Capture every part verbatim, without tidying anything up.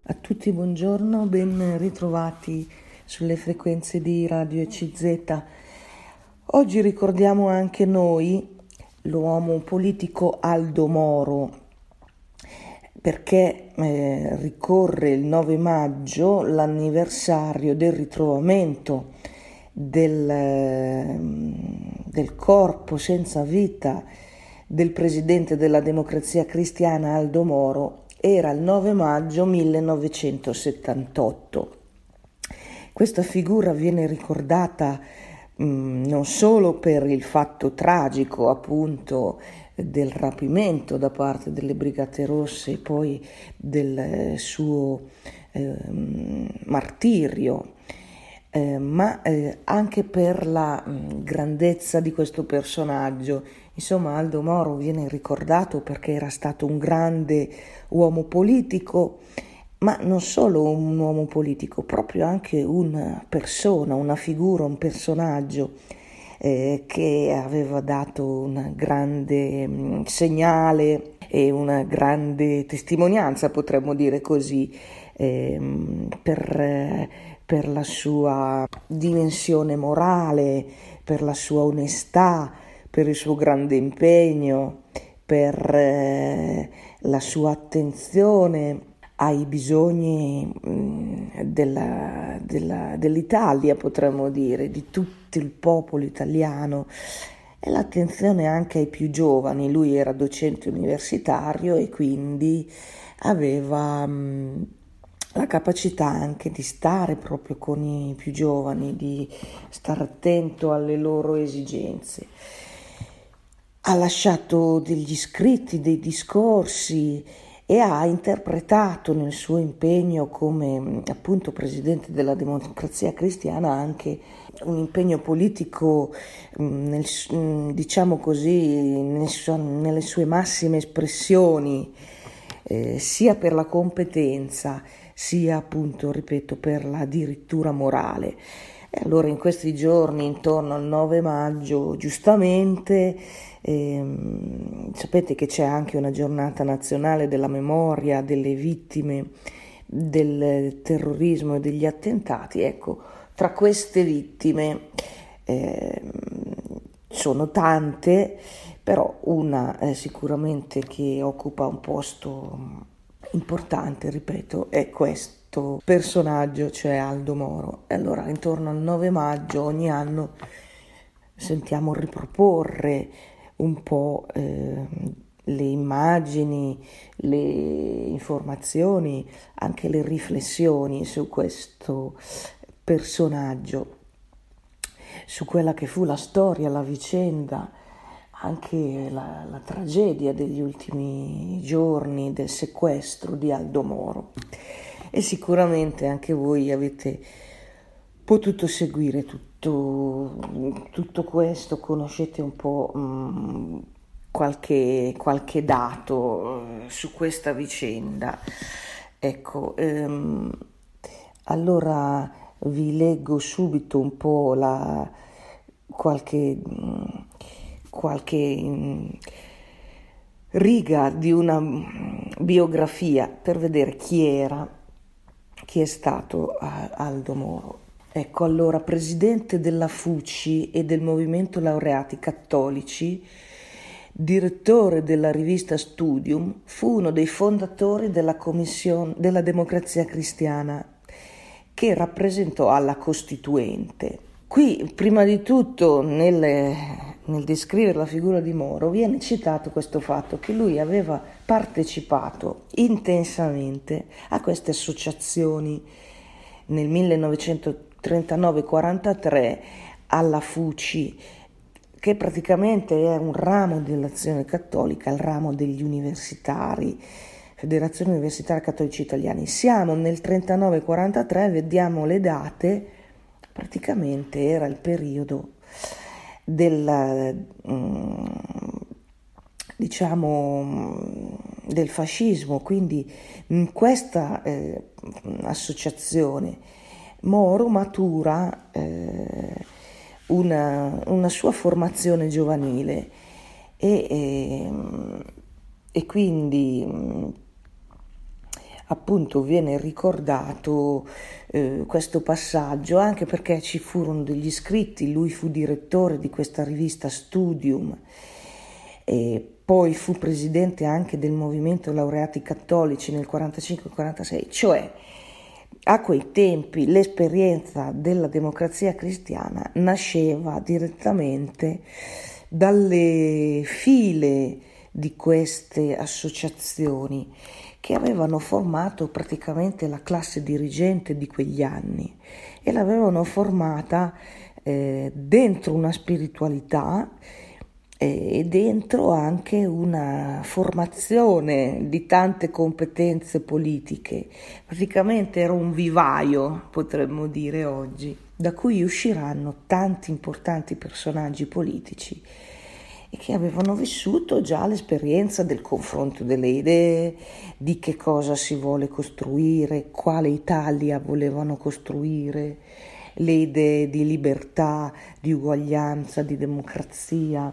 A tutti buongiorno, ben ritrovati sulle frequenze di Radio E C Z. Oggi ricordiamo anche noi l'uomo politico Aldo Moro, perché eh, ricorre il nove maggio l'anniversario del ritrovamento del, eh, del corpo senza vita del presidente della Democrazia Cristiana Aldo Moro. Era il nove maggio millenovecentosettantotto. Questa figura viene ricordata mh, non solo per il fatto tragico, appunto, del rapimento da parte delle Brigate Rosse e poi del suo eh, martirio, eh, ma eh, anche per la mh, grandezza di questo personaggio. Insomma, Aldo Moro viene ricordato perché era stato un grande uomo politico, ma non solo un uomo politico, proprio anche una persona, una figura, un personaggio eh, che aveva dato un grande mh, segnale e una grande testimonianza, potremmo dire così, eh, per, eh, per la sua dimensione morale, per la sua onestà, per il suo grande impegno, per eh, la sua attenzione ai bisogni mh, della, della, dell'Italia, potremmo dire, di tutto il popolo italiano, e l'attenzione anche ai più giovani. Lui era docente universitario e quindi aveva mh, la capacità anche di stare proprio con i più giovani, di stare attento alle loro esigenze. Ha lasciato degli scritti, dei discorsi e ha interpretato nel suo impegno come appunto presidente della Democrazia Cristiana anche un impegno politico, nel, diciamo così, nel suo, nelle sue massime espressioni, eh, sia per la competenza, sia appunto, ripeto, per la dirittura morale. E allora in questi giorni, intorno al nove maggio, giustamente, ehm, sapete che c'è anche una giornata nazionale della memoria delle vittime del terrorismo e degli attentati. Ecco, tra queste vittime ehm, sono tante, però una eh, sicuramente che occupa un posto importante, ripeto, è questo personaggio, cioè Aldo Moro. E allora intorno al nove maggio ogni anno sentiamo riproporre un po' eh, le immagini, le informazioni, anche le riflessioni su questo personaggio, su quella che fu la storia, la vicenda, anche la, la tragedia degli ultimi giorni del sequestro di Aldo Moro. E sicuramente anche voi avete potuto seguire tutto, tutto questo, conoscete un po' mh, qualche, qualche dato eh, su questa vicenda. Ecco, ehm, allora vi leggo subito un po' la, qualche, mh, qualche mh, riga di una mh, biografia per vedere chi era, chi è stato Aldo Moro. Ecco, allora, presidente della F U C I e del Movimento Laureati Cattolici, direttore della rivista Studium, fu uno dei fondatori della Commissione della Democrazia Cristiana, che rappresentò alla Costituente. Qui, prima di tutto, nel, nel descrivere la figura di Moro, viene citato questo fatto che lui aveva partecipato intensamente a queste associazioni nel millenovecentotrentanove quarantatré alla F U C I, che praticamente è un ramo dell'Azione Cattolica, il ramo degli universitari, Federazione Universitaria Cattolici Italiani. Siamo nel trentanove quarantatré, vediamo le date, praticamente era il periodo del, diciamo, del fascismo, quindi in questa eh, associazione Moro matura eh, una, una sua formazione giovanile e, e, e quindi appunto viene ricordato eh, questo passaggio, anche perché ci furono degli scritti. Lui fu direttore di questa rivista Studium e poi fu presidente anche del movimento laureati cattolici nel quarantacinque quarantasei, cioè a quei tempi l'esperienza della democrazia cristiana nasceva direttamente dalle file di queste associazioni che avevano formato praticamente la classe dirigente di quegli anni e l'avevano formata eh, dentro una spiritualità e dentro anche una formazione di tante competenze politiche. Praticamente era un vivaio, potremmo dire oggi, da cui usciranno tanti importanti personaggi politici e che avevano vissuto già l'esperienza del confronto delle idee, di che cosa si vuole costruire, quale Italia volevano costruire, le idee di libertà, di uguaglianza, di democrazia,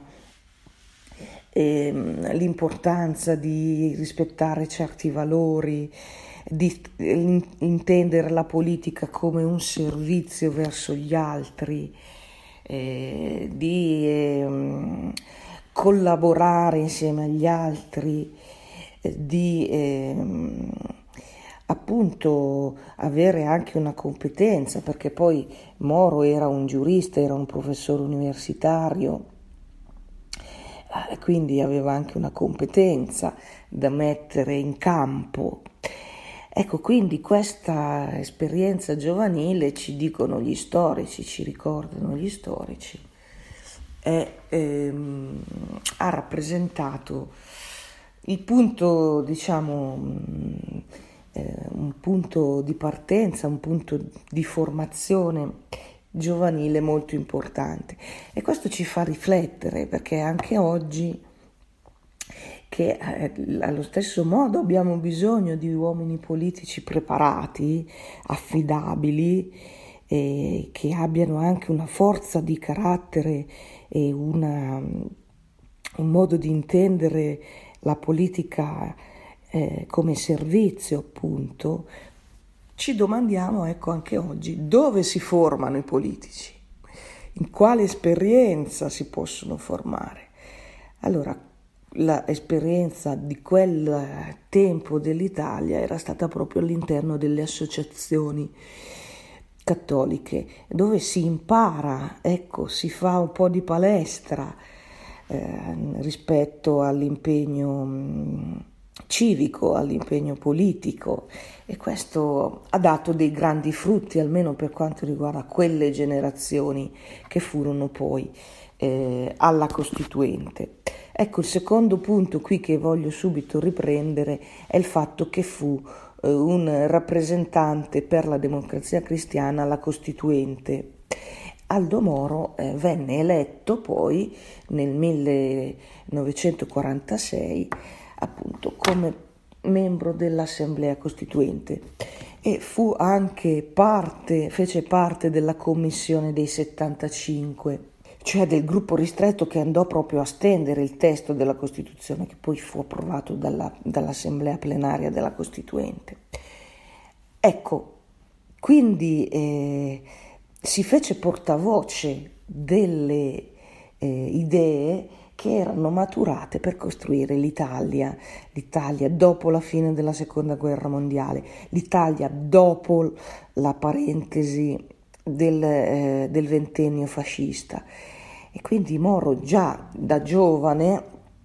ehm, l'importanza di rispettare certi valori, di in, intendere la politica come un servizio verso gli altri, eh, di eh, collaborare insieme agli altri, eh, di eh, appunto avere anche una competenza, perché poi Moro era un giurista, era un professore universitario, eh, quindi aveva anche una competenza da mettere in campo. Ecco, quindi questa esperienza giovanile, ci dicono gli storici, ci ricordano gli storici, è, ehm, ha rappresentato il punto, diciamo, eh, un punto di partenza, un punto di formazione giovanile molto importante. E questo ci fa riflettere, perché anche oggi, che eh, allo stesso modo abbiamo bisogno di uomini politici preparati, affidabili, eh, che abbiano anche una forza di carattere e una, un modo di intendere la politica eh, come servizio, appunto. Ci domandiamo, ecco, anche oggi, dove si formano i politici, in quale esperienza si possono formare. Allora, l'esperienza di quel tempo dell'Italia era stata proprio all'interno delle associazioni cattoliche, dove si impara, ecco, si fa un po' di palestra eh, rispetto all'impegno mh, civico, all'impegno politico, e questo ha dato dei grandi frutti, almeno per quanto riguarda quelle generazioni che furono poi eh, alla Costituente. Ecco, il secondo punto qui che voglio subito riprendere è il fatto che fu eh, un rappresentante per la democrazia cristiana alla Costituente. Aldo Moro eh, venne eletto poi nel millenovecentoquarantasei appunto come membro dell'Assemblea Costituente e fu anche parte, fece parte della commissione dei settantacinque, cioè del gruppo ristretto che andò proprio a stendere il testo della Costituzione, che poi fu approvato dalla, dall'Assemblea plenaria della Costituente. Ecco, quindi eh, si fece portavoce delle eh, idee che erano maturate per costruire l'Italia, l'Italia dopo la fine della Seconda Guerra Mondiale, l'Italia dopo la parentesi del, eh, del ventennio fascista. E quindi Moro già da giovane,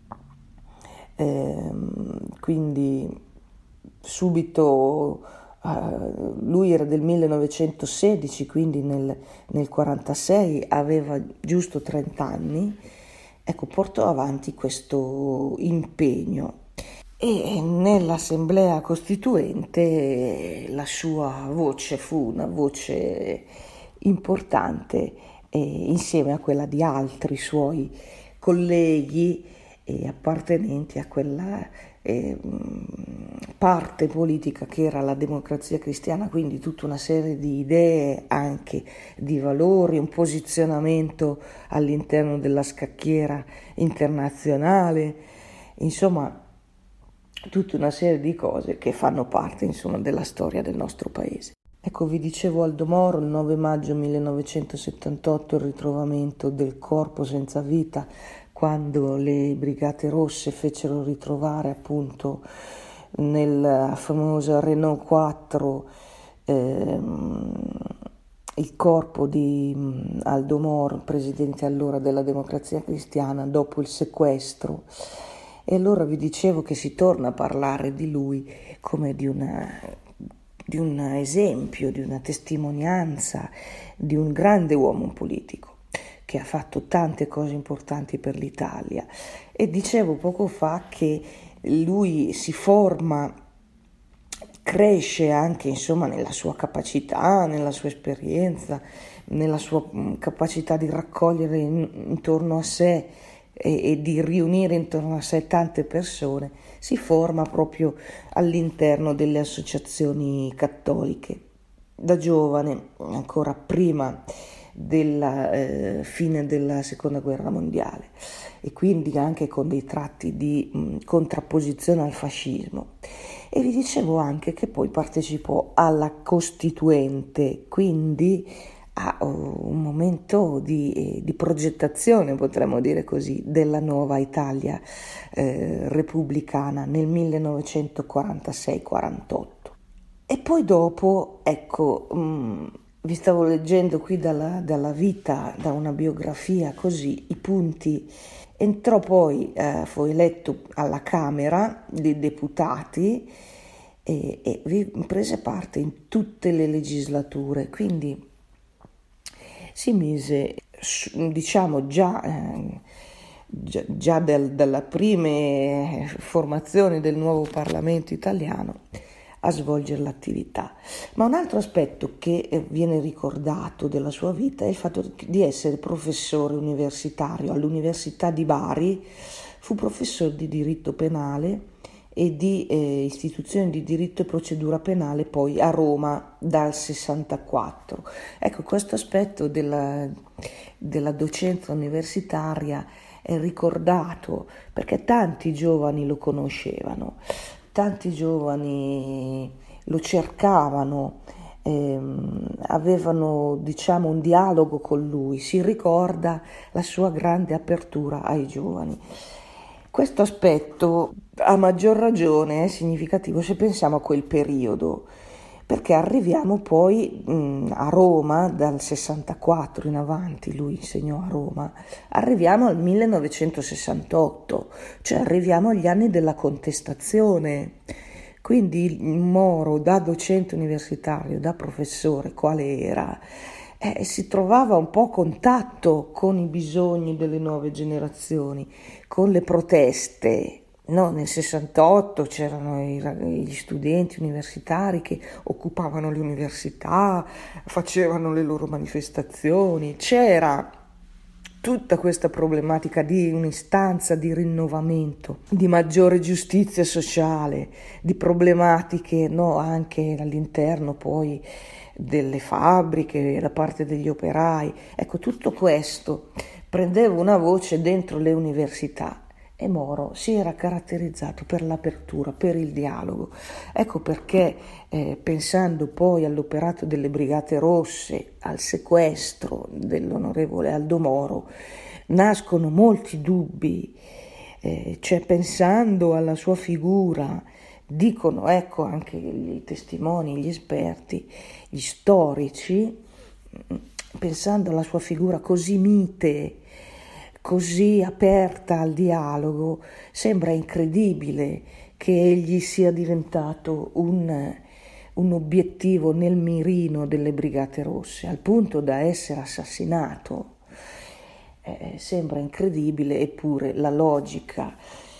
eh, quindi subito, eh, lui era del millenovecentosedici, quindi nel, nel quarantasei aveva giusto trenta anni, ecco, portò avanti questo impegno. E nell'Assemblea Costituente la sua voce fu una voce importante, eh, insieme a quella di altri suoi colleghi e appartenenti a quella eh, parte politica che era la Democrazia Cristiana, quindi tutta una serie di idee, anche di valori, un posizionamento all'interno della scacchiera internazionale, insomma tutta una serie di cose che fanno parte, insomma, della storia del nostro paese. Ecco, vi dicevo Aldo Moro, il nove maggio millenovecentosettantotto, il ritrovamento del corpo senza vita, quando le Brigate Rosse fecero ritrovare appunto nella famosa Renault quattro ehm, il corpo di Aldo Moro, presidente allora della Democrazia Cristiana, dopo il sequestro. E allora vi dicevo che si torna a parlare di lui come di una... di un esempio, di una testimonianza, di un grande uomo politico che ha fatto tante cose importanti per l'Italia. E dicevo poco fa che lui si forma, cresce anche, insomma, nella sua capacità, nella sua esperienza, nella sua capacità di raccogliere intorno a sé e, e di riunire intorno a sé tante persone. Si forma proprio all'interno delle associazioni cattoliche. Da giovane, ancora prima della eh, fine della Seconda Guerra Mondiale, e quindi anche con dei tratti di mh, contrapposizione al fascismo. E vi dicevo anche che poi partecipò alla Costituente, quindi a un momento di, di progettazione, potremmo dire così, della nuova Italia eh, repubblicana nel millenovecentoquarantasei quarantotto. E poi dopo, ecco, mh, vi stavo leggendo qui dalla, dalla vita, da una biografia così, i punti. Entrò poi, eh, fu eletto alla Camera dei Deputati e, e vi prese parte in tutte le legislature, quindi si mise, diciamo, già, eh, già, già del, dalla prime formazione del nuovo Parlamento italiano a svolgere l'attività. Ma un altro aspetto che viene ricordato della sua vita è il fatto di essere professore universitario. All'Università di Bari fu professore di diritto penale e di eh, istituzione di diritto e procedura penale poi a Roma dal sessantaquattro. Ecco, questo aspetto della, della docenza universitaria è ricordato perché tanti giovani lo conoscevano. Tanti giovani lo cercavano, ehm, avevano, diciamo, un dialogo con lui, si ricorda la sua grande apertura ai giovani. Questo aspetto a maggior ragione è significativo se pensiamo a quel periodo, perché arriviamo poi mh, a Roma, dal sessantaquattro in avanti, lui insegnò a Roma, arriviamo al millenovecentosessantotto, cioè arriviamo agli anni della contestazione. Quindi Moro, da docente universitario, da professore, quale era, eh, si trovava un po' a contatto con i bisogni delle nuove generazioni, con le proteste. No, nel sessantotto c'erano i, gli studenti universitari che occupavano le università, facevano le loro manifestazioni, c'era tutta questa problematica di un'istanza di rinnovamento, di maggiore giustizia sociale, di problematiche, no, anche all'interno poi delle fabbriche, da parte degli operai. Ecco, tutto questo prendeva una voce dentro le università. E Moro si era caratterizzato per l'apertura, per il dialogo. Ecco perché, eh, pensando poi all'operato delle Brigate Rosse, al sequestro dell'onorevole Aldo Moro, nascono molti dubbi, eh, cioè pensando alla sua figura, dicono, ecco, anche i testimoni, gli esperti, gli storici, pensando alla sua figura così mite, così aperta al dialogo, sembra incredibile che egli sia diventato un, un obiettivo nel mirino delle Brigate Rosse, al punto da essere assassinato. Eh, sembra incredibile, eppure la logica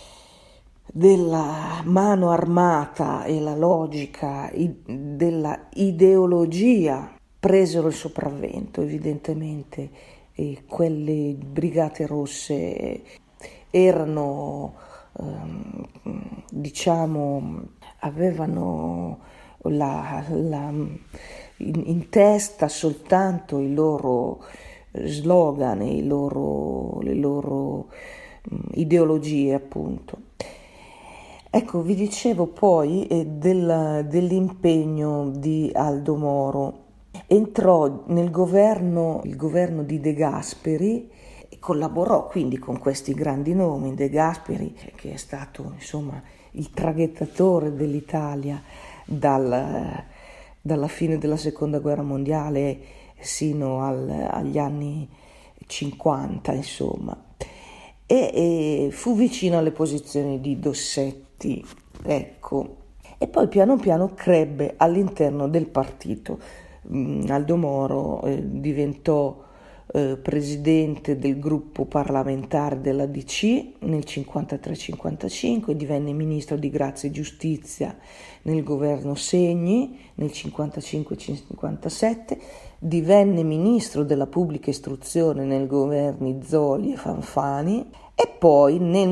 della mano armata e la logica della ideologia presero il sopravvento, evidentemente. E quelle Brigate Rosse erano, ehm, diciamo, avevano la, la, in, in testa soltanto i loro slogan, i loro, le loro um, ideologie, appunto. Ecco, vi dicevo poi eh, del, dell'impegno di Aldo Moro. Entrò nel governo, il governo di De Gasperi, e collaborò quindi con questi grandi nomi. De Gasperi, che è stato insomma il traghettatore dell'Italia dal, dalla fine della seconda guerra mondiale sino al, agli anni cinquanta, insomma, e, e fu vicino alle posizioni di Dossetti, ecco, e poi piano piano crebbe all'interno del partito. Aldo Moro eh, diventò eh, presidente del gruppo parlamentare della D C nel cinquantatré cinquantacinque, divenne ministro di Grazia e Giustizia nel governo Segni nel cinquantacinque cinquantasette, divenne ministro della pubblica istruzione nel governi Zoli e Fanfani e poi nel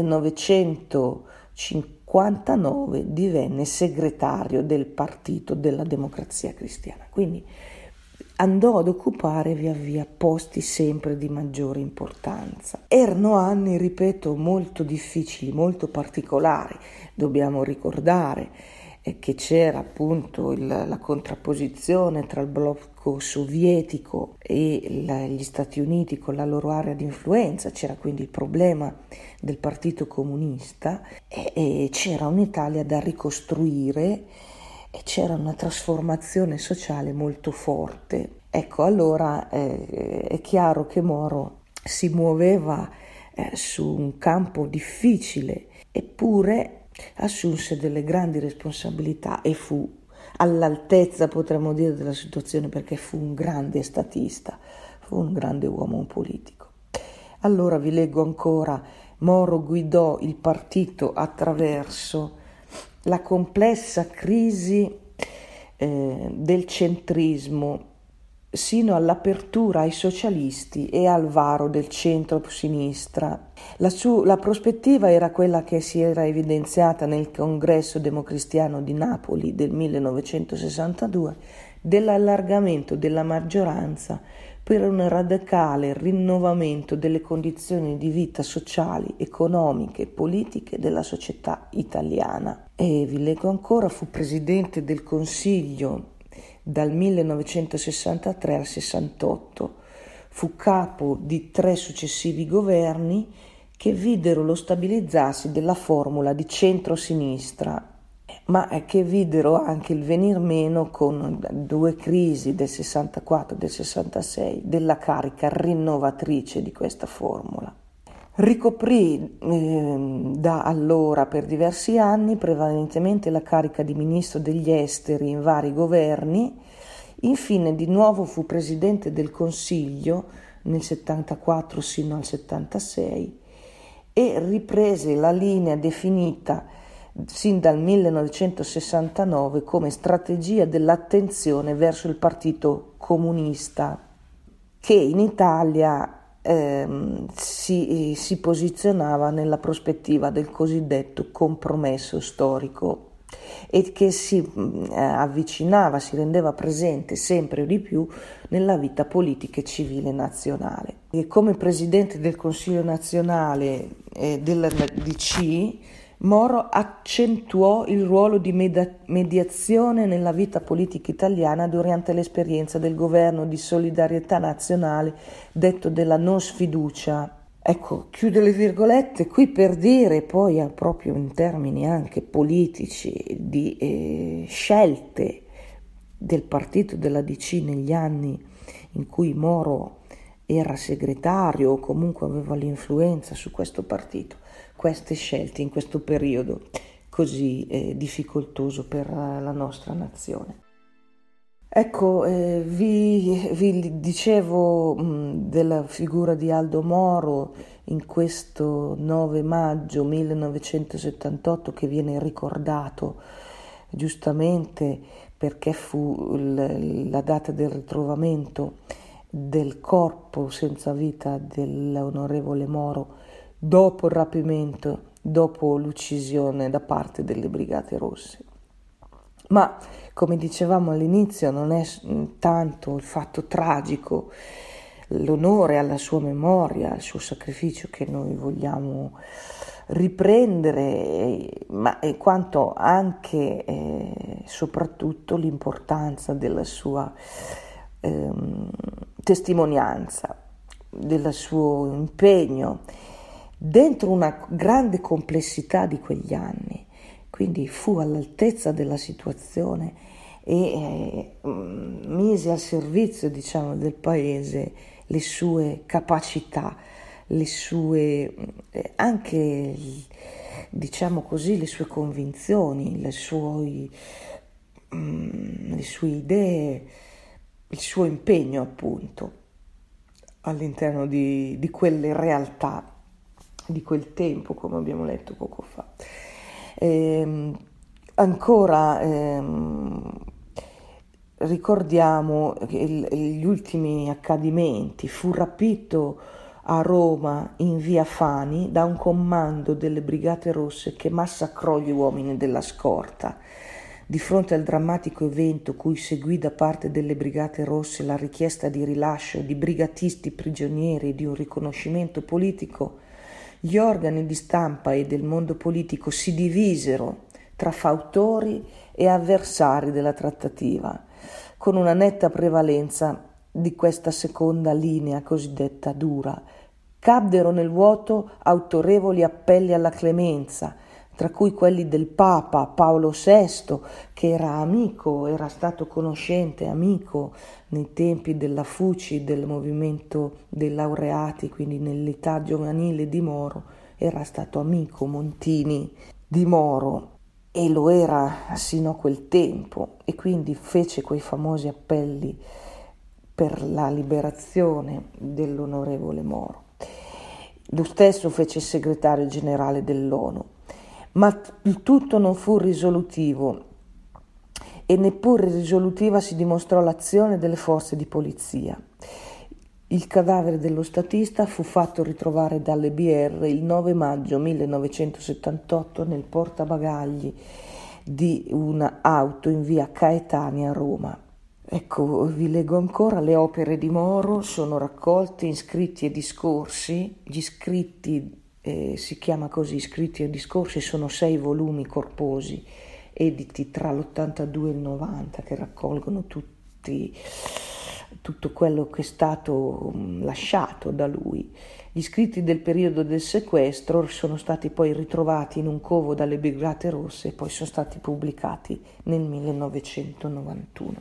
millenovecentocinquantanove divenne segretario del Partito della Democrazia Cristiana. Quindi andò ad occupare via via posti sempre di maggiore importanza. Erano anni, ripeto, molto difficili, molto particolari. Dobbiamo ricordare eh, che c'era appunto il, la contrapposizione tra il blocco sovietico e la, gli Stati Uniti con la loro area di influenza, c'era quindi il problema del Partito Comunista e, e c'era un'Italia da ricostruire e c'era una trasformazione sociale molto forte. Ecco, allora eh, è chiaro che Moro si muoveva eh, su un campo difficile, eppure assunse delle grandi responsabilità e fu all'altezza, potremmo dire, della situazione, perché fu un grande statista, fu un grande uomo politico. Allora vi leggo ancora: Moro guidò il partito attraverso la complessa crisi eh, del centrismo sino all'apertura ai socialisti e al varo del centro-sinistra. La, su- la prospettiva era quella che si era evidenziata nel Congresso Democristiano di Napoli del millenovecentosessantadue dell'allargamento della maggioranza per un radicale rinnovamento delle condizioni di vita sociali, economiche e politiche della società italiana. E vi leggo ancora: fu presidente del Consiglio dal millenovecentosessantatré al sessantotto, fu capo di tre successivi governi che videro lo stabilizzarsi della formula di centro-sinistra, ma che videro anche il venir meno, con due crisi del sessantaquattro e del sessantasei, della carica rinnovatrice di questa formula. Ricoprì eh, da allora per diversi anni prevalentemente la carica di ministro degli esteri in vari governi. Infine di nuovo fu presidente del Consiglio nel settantaquattro sino al settantasei e riprese la linea definita sin dal millenovecentosessantanove come strategia dell'attenzione verso il Partito Comunista, che in Italia ehm, si, si posizionava nella prospettiva del cosiddetto compromesso storico e che si eh, avvicinava, si rendeva presente sempre di più nella vita politica e civile nazionale. E come presidente del Consiglio nazionale eh, della D C, Moro accentuò il ruolo di med- mediazione nella vita politica italiana durante l'esperienza del governo di solidarietà nazionale, detto della non sfiducia. Ecco, chiudo le virgolette qui per dire poi eh, proprio in termini anche politici di eh, scelte del partito della D C negli anni in cui Moro era segretario o comunque aveva l'influenza su questo partito. Queste scelte in questo periodo così eh, difficoltoso per la nostra nazione. Ecco, eh, vi, vi dicevo mh, della figura di Aldo Moro in questo nove maggio millenovecentosettantotto, che viene ricordato giustamente perché fu l- la data del ritrovamento del corpo senza vita dell'onorevole Moro dopo il rapimento, dopo l'uccisione da parte delle Brigate Rosse. Ma, come dicevamo all'inizio, non è tanto il fatto tragico, l'onore alla sua memoria, al suo sacrificio che noi vogliamo riprendere, ma e quanto anche e soprattutto l'importanza della sua ehm, testimonianza, del suo impegno dentro una grande complessità di quegli anni. Quindi fu all'altezza della situazione e eh, mise al servizio, diciamo, del paese le sue capacità, le sue eh, anche, diciamo così, le sue convinzioni, le sue, mm, le sue idee, il suo impegno appunto all'interno di, di quelle realtà, di quel tempo, come abbiamo letto poco fa. Ehm, ancora ehm, ricordiamo il, gli ultimi accadimenti. Fu rapito a Roma in via Fani da un comando delle Brigate Rosse che massacrò gli uomini della scorta. Di fronte al drammatico evento cui seguì da parte delle Brigate Rosse la richiesta di rilascio di brigatisti prigionieri e di un riconoscimento politico, gli organi di stampa e del mondo politico si divisero tra fautori e avversari della trattativa, con una netta prevalenza di questa seconda linea cosiddetta dura. Caddero nel vuoto autorevoli appelli alla clemenza, tra cui quelli del Papa Paolo sesto, che era amico, era stato conoscente, amico nei tempi della Fuci, del movimento dei laureati, quindi nell'età giovanile di Moro, era stato amico Montini di Moro e lo era sino a quel tempo, e quindi fece quei famosi appelli per la liberazione dell'onorevole Moro. Lo stesso fece il segretario generale dell'ONU. Ma il tutto non fu risolutivo e neppure risolutiva si dimostrò l'azione delle forze di polizia. Il cadavere dello statista fu fatto ritrovare dalle B R il nove maggio millenovecentosettantotto nel portabagagli di una auto in via Caetani a Roma. Ecco, vi leggo ancora: le opere di Moro sono raccolte in scritti e discorsi. Gli scritti Eh, si chiama così, scritti e discorsi, sono sei volumi corposi, editi tra l'ottantadue e il novanta, che raccolgono tutti, tutto quello che è stato lasciato da lui. Gli scritti del periodo del sequestro sono stati poi ritrovati in un covo dalle Brigate Rosse e poi sono stati pubblicati nel millenovecentonovantuno.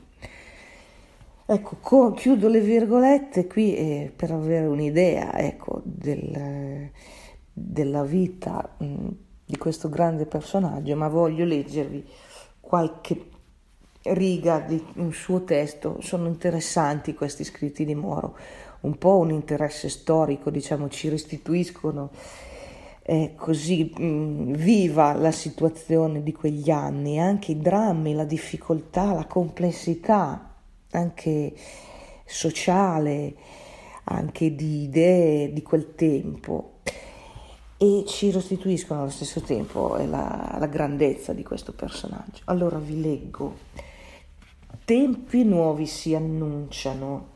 Ecco, co- chiudo le virgolette qui eh, per avere un'idea, ecco, del... della vita mh, di questo grande personaggio, ma voglio leggervi qualche riga di un suo testo. Sono interessanti questi scritti di Moro, un po' un interesse storico, diciamo, ci restituiscono eh, così mh, viva la situazione di quegli anni, anche i drammi, la difficoltà, la complessità anche sociale, anche di idee di quel tempo, e ci restituiscono allo stesso tempo la, la grandezza di questo personaggio. Allora vi leggo: tempi nuovi si annunciano,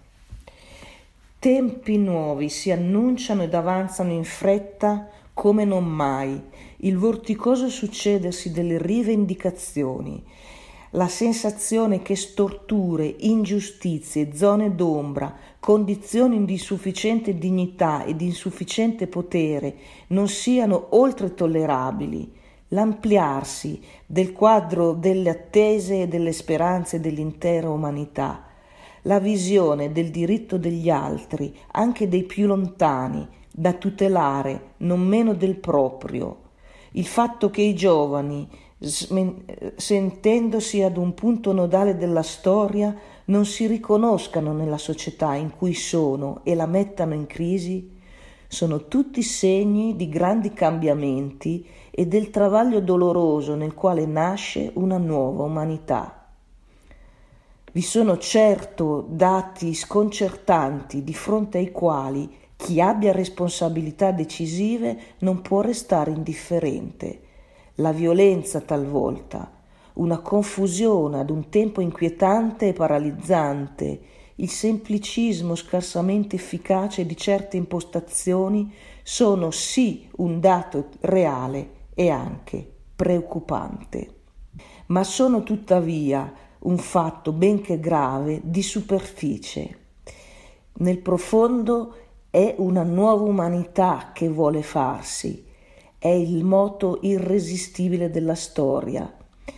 tempi nuovi si annunciano ed avanzano in fretta come non mai, il vorticoso succedersi delle rivendicazioni, la sensazione che storture, ingiustizie, zone d'ombra, condizioni di insufficiente dignità e di insufficiente potere non siano oltre tollerabili, l'ampliarsi del quadro delle attese e delle speranze dell'intera umanità, la visione del diritto degli altri, anche dei più lontani, da tutelare non meno del proprio, il fatto che i giovani, sentendosi ad un punto nodale della storia, non si riconoscano nella società in cui sono e la mettano in crisi, sono tutti segni di grandi cambiamenti e del travaglio doloroso nel quale nasce una nuova umanità. Vi sono certo dati sconcertanti di fronte ai quali chi abbia responsabilità decisive non può restare indifferente. La violenza talvolta, una confusione ad un tempo inquietante e paralizzante, il semplicismo scarsamente efficace di certe impostazioni sono sì un dato reale e anche preoccupante, ma sono tuttavia un fatto benché grave di superficie. Nel profondo è una nuova umanità che vuole farsi, è il moto irresistibile della storia.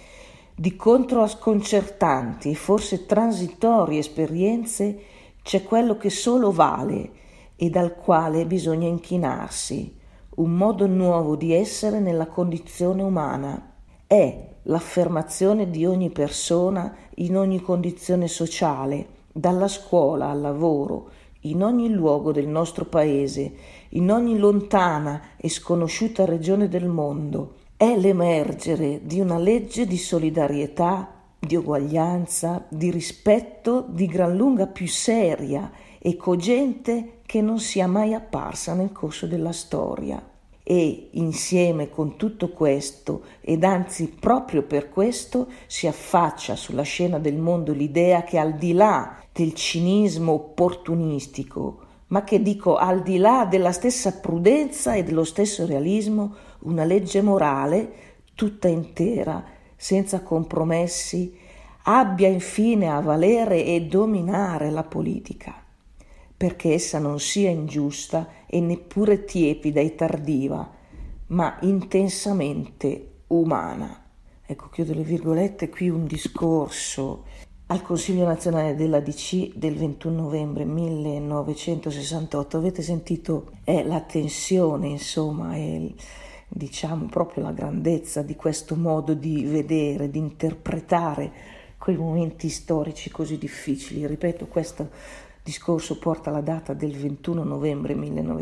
Di contro a sconcertanti e forse transitorie esperienze c'è quello che solo vale e dal quale bisogna inchinarsi, un modo nuovo di essere nella condizione umana. È l'affermazione di ogni persona in ogni condizione sociale, dalla scuola al lavoro, in ogni luogo del nostro paese, in ogni lontana e sconosciuta regione del mondo. È l'emergere di una legge di solidarietà, di uguaglianza, di rispetto di gran lunga più seria e cogente che non sia mai apparsa nel corso della storia. E insieme con tutto questo, ed anzi proprio per questo, si affaccia sulla scena del mondo l'idea che al di là del cinismo opportunistico, ma che dico al di là della stessa prudenza e dello stesso realismo, una legge morale tutta intera, senza compromessi, abbia infine a valere e dominare la politica, perché essa non sia ingiusta e neppure tiepida e tardiva, ma intensamente umana. Ecco, chiudo le virgolette, qui un discorso al Consiglio nazionale della D C del ventuno novembre millenovecentosessantotto. Avete sentito? È la tensione, insomma, è diciamo proprio la grandezza di questo modo di vedere, di interpretare quei momenti storici così difficili. Ripeto, questo discorso porta la data del ventuno novembre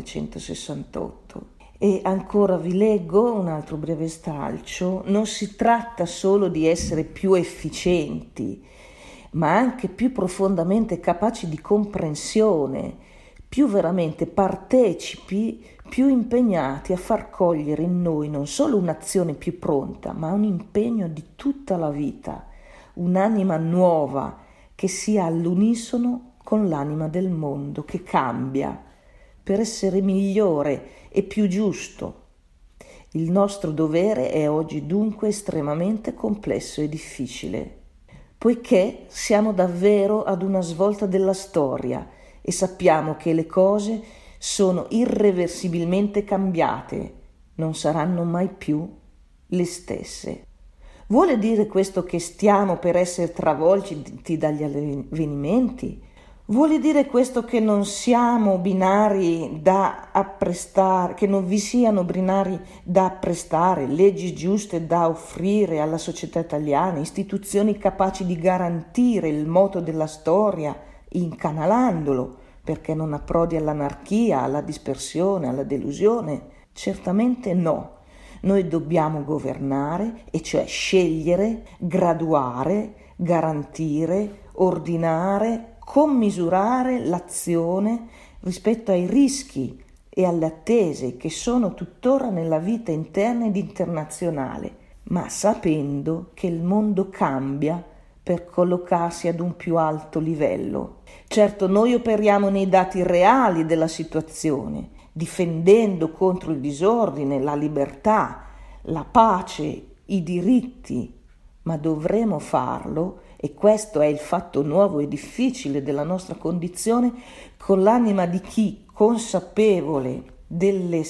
millenovecentosessantotto. E ancora vi leggo un altro breve stralcio. Non si tratta solo di essere più efficienti, ma anche più profondamente capaci di comprensione, più veramente partecipi, più impegnati a far cogliere in noi non solo un'azione più pronta, ma un impegno di tutta la vita, un'anima nuova che sia all'unisono con l'anima del mondo, che cambia per essere migliore e più giusto. Il nostro dovere è oggi dunque estremamente complesso e difficile, poiché siamo davvero ad una svolta della storia e sappiamo che le cose sono irreversibilmente cambiate, non saranno mai più le stesse. Vuole dire questo che stiamo per essere travolti dagli avvenimenti? Vuole dire questo che non siamo binari da apprestare, che non vi siano binari da apprestare, leggi giuste da offrire alla società italiana, istituzioni capaci di garantire il moto della storia, incanalandolo, perché non approdi all'anarchia, alla dispersione, alla delusione? Certamente no. Noi dobbiamo governare, e cioè scegliere, graduare, garantire, ordinare, commisurare l'azione rispetto ai rischi e alle attese che sono tuttora nella vita interna ed internazionale, ma sapendo che il mondo cambia per collocarsi ad un più alto livello. Certo, noi operiamo nei dati reali della situazione, difendendo contro il disordine, la libertà, la pace, i diritti, ma dovremo farlo, e questo è il fatto nuovo e difficile della nostra condizione, con l'anima di chi, consapevole delle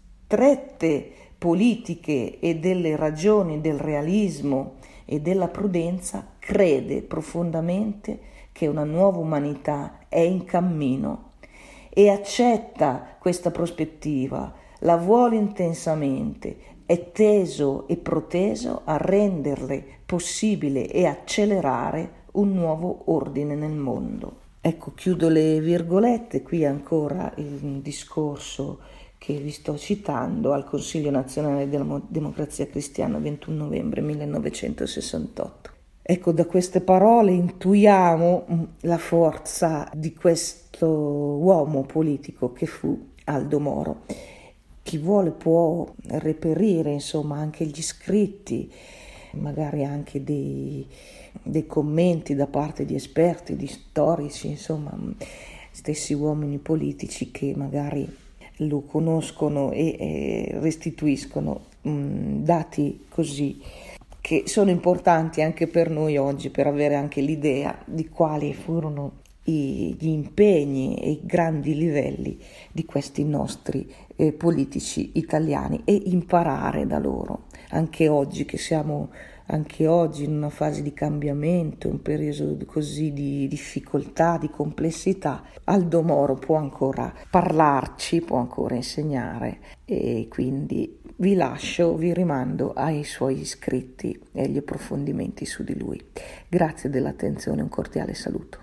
strette politiche e delle ragioni del realismo e della prudenza, crede profondamente che una nuova umanità è in cammino e accetta questa prospettiva, la vuole intensamente, è teso e proteso a renderle possibile e accelerare un nuovo ordine nel mondo. Ecco, chiudo le virgolette, qui ancora il discorso che vi sto citando al Consiglio nazionale della Democrazia Cristiana ventuno novembre millenovecentosessantotto. Ecco, da queste parole intuiamo la forza di questo uomo politico che fu Aldo Moro. Chi vuole può reperire, insomma, anche gli scritti, magari anche dei, dei commenti da parte di esperti, di storici, insomma, stessi uomini politici che magari lo conoscono e, e restituiscono mh, dati così che sono importanti anche per noi oggi, per avere anche l'idea di quali furono i, gli impegni e i grandi livelli di questi nostri eh, politici italiani e imparare da loro, anche oggi che siamo anche oggi in una fase di cambiamento, un periodo così di difficoltà, di complessità. Aldo Moro può ancora parlarci, può ancora insegnare, e quindi vi lascio, vi rimando ai suoi scritti e agli approfondimenti su di lui. Grazie dell'attenzione, un cordiale saluto.